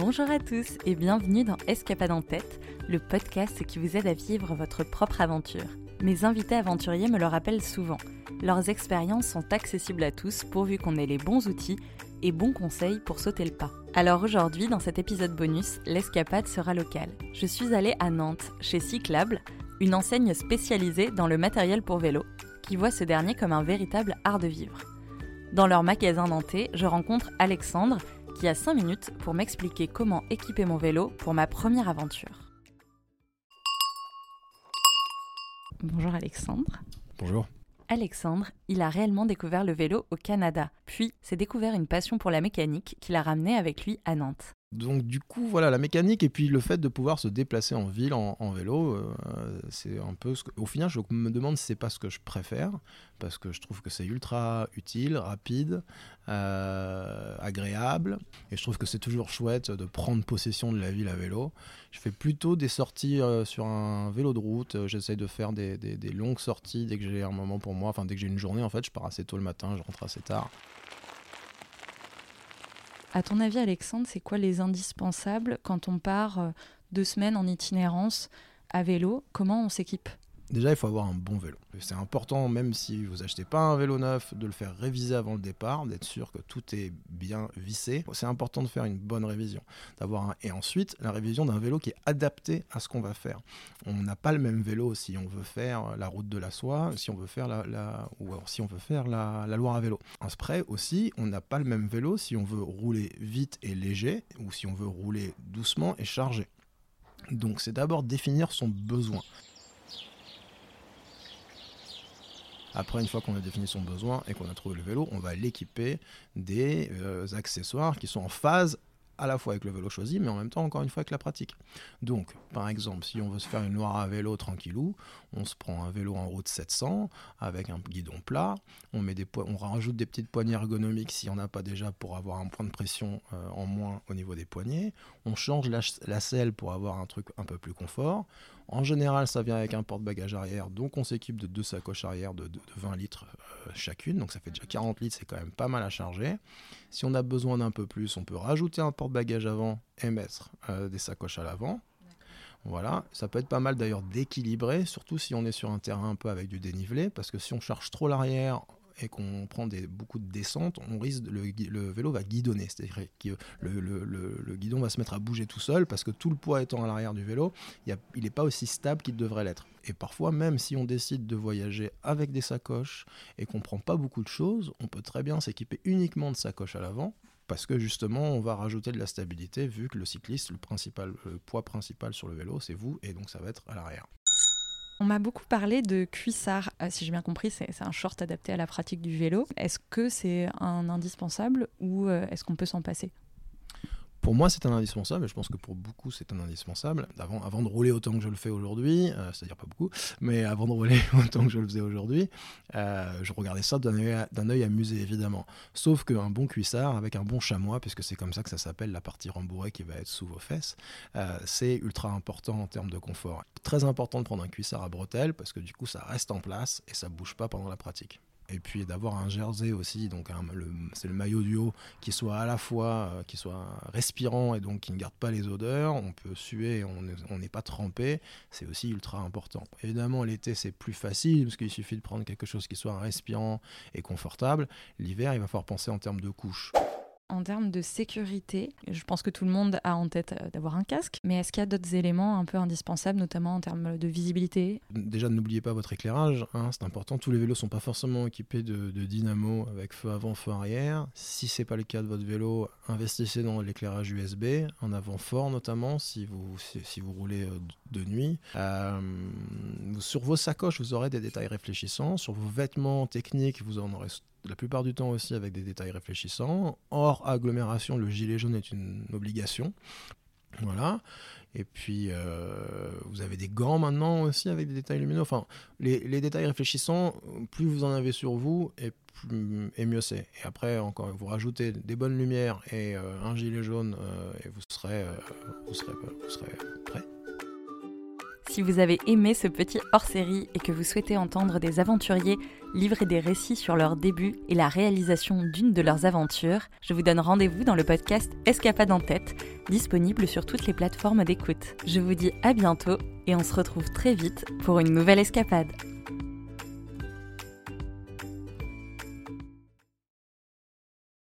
Bonjour à tous et bienvenue dans Escapade en tête, le podcast qui vous aide à vivre votre propre aventure. Mes invités aventuriers me le rappellent souvent. Leurs expériences sont accessibles à tous pourvu qu'on ait les bons outils et bons conseils pour sauter le pas. Alors aujourd'hui, dans cet épisode bonus, l'escapade sera locale. Je suis allée à Nantes, chez Cyclable, une enseigne spécialisée dans le matériel pour vélo, qui voit ce dernier comme un véritable art de vivre. Dans leur magasin nantais, je rencontre Alexandre, qui a 5 minutes pour m'expliquer comment équiper mon vélo pour ma première aventure. Bonjour Alexandre. Bonjour. Alexandre, il a réellement découvert le vélo au Canada, puis s'est découvert une passion pour la mécanique qui l'a ramené avec lui à Nantes. Donc du coup, voilà, la mécanique et puis le fait de pouvoir se déplacer en ville en vélo, c'est un peu au final, je me demande si c'est pas ce que je préfère, parce que je trouve que c'est ultra utile, rapide, agréable, et je trouve que c'est toujours chouette de prendre possession de la ville à vélo. Je fais plutôt des sorties sur un vélo de route, j'essaye de faire des longues sorties dès que j'ai un moment pour moi, enfin dès que j'ai une journée en fait, je pars assez tôt le matin, je rentre assez tard. À ton avis, Alexandre, c'est quoi les indispensables quand on part 2 semaines en itinérance à vélo? Comment on s'équipe? Déjà, il faut avoir un bon vélo. C'est important, même si vous achetez pas un vélo neuf, de le faire réviser avant le départ, d'être sûr que tout est bien vissé. C'est important de faire une bonne révision. Et ensuite, la révision d'un vélo qui est adapté à ce qu'on va faire. On n'a pas le même vélo si on veut faire la route de la Soie, si on veut faire ou alors si on veut faire la Loire à vélo. Après aussi, on n'a pas le même vélo si on veut rouler vite et léger, ou si on veut rouler doucement et chargé. Donc c'est d'abord définir son besoin. Après, une fois qu'on a défini son besoin et qu'on a trouvé le vélo, on va l'équiper des accessoires qui sont en phase à la fois avec le vélo choisi, mais en même temps, encore une fois, avec la pratique. Donc, par exemple, si on veut se faire une Loire à vélo tranquillou, on se prend un vélo en route 700 avec un guidon plat, on rajoute des petites poignées ergonomiques si on n'a pas déjà pour avoir un point de pression en moins au niveau des poignets, on change la selle pour avoir un truc un peu plus confort. En général, ça vient avec un porte-bagages arrière, donc on s'équipe de 2 sacoches arrière de 20 litres chacune, donc ça fait déjà 40 litres, c'est quand même pas mal à charger. Si on a besoin d'un peu plus, on peut rajouter un porte-bagages avant et mettre des sacoches à l'avant. Voilà, ça peut être pas mal d'ailleurs d'équilibrer, surtout si on est sur un terrain un peu avec du dénivelé, parce que si on charge trop l'arrière et qu'on prend beaucoup de descente, on risque le vélo va guidonner, c'est-à-dire que le guidon va se mettre à bouger tout seul parce que tout le poids étant à l'arrière du vélo, il n'est pas aussi stable qu'il devrait l'être. Et parfois, même si on décide de voyager avec des sacoches et qu'on ne prend pas beaucoup de choses, on peut très bien s'équiper uniquement de sacoches à l'avant, parce que justement, on va rajouter de la stabilité, vu que le cycliste, le poids principal sur le vélo, c'est vous, et donc ça va être à l'arrière. On m'a beaucoup parlé de cuissard. Si j'ai bien compris, c'est un short adapté à la pratique du vélo. Est-ce que c'est un indispensable ou est-ce qu'on peut s'en passer ? Pour moi, c'est un indispensable, et je pense que pour beaucoup, c'est un indispensable. Avant de rouler autant que je le fais aujourd'hui, c'est-à-dire pas beaucoup, mais avant de rouler autant que je le faisais aujourd'hui, je regardais ça d'un œil amusé, évidemment. Sauf qu'un bon cuissard, avec un bon chamois, puisque c'est comme ça que ça s'appelle, la partie rembourrée qui va être sous vos fesses, c'est ultra important en termes de confort. Très important de prendre un cuissard à bretelles, parce que du coup, ça reste en place et ça bouge pas pendant la pratique. Et puis d'avoir un jersey aussi, donc c'est le maillot du haut, qui soit à la fois qui soit respirant et donc qui ne garde pas les odeurs. On peut suer, on n'est pas trempé, c'est aussi ultra important. Évidemment, l'été c'est plus facile parce qu'il suffit de prendre quelque chose qui soit respirant et confortable. L'hiver, il va falloir penser en termes de couches. En termes de sécurité, je pense que tout le monde a en tête d'avoir un casque, mais est-ce qu'il y a d'autres éléments un peu indispensables, notamment en termes de visibilité ? Déjà, n'oubliez pas votre éclairage, c'est important. Tous les vélos ne sont pas forcément équipés de dynamo avec feu avant, feu arrière. Si ce n'est pas le cas de votre vélo, investissez dans l'éclairage USB, en avant fort notamment, si vous roulez de nuit. Sur vos sacoches, vous aurez des détails réfléchissants. Sur vos vêtements techniques, vous en aurez la plupart du temps aussi avec des détails réfléchissants. Hors agglomération, le gilet jaune est une obligation. Voilà. Et puis, vous avez des gants maintenant aussi avec des détails lumineux. Enfin, les détails réfléchissants, plus vous en avez sur vous, et mieux c'est. Et après, encore, vous rajoutez des bonnes lumières et un gilet jaune, et vous serez prêt. Si vous avez aimé ce petit hors-série et que vous souhaitez entendre des aventuriers livrer des récits sur leur début et la réalisation d'une de leurs aventures, je vous donne rendez-vous dans le podcast Escapade en tête, disponible sur toutes les plateformes d'écoute. Je vous dis à bientôt et on se retrouve très vite pour une nouvelle escapade.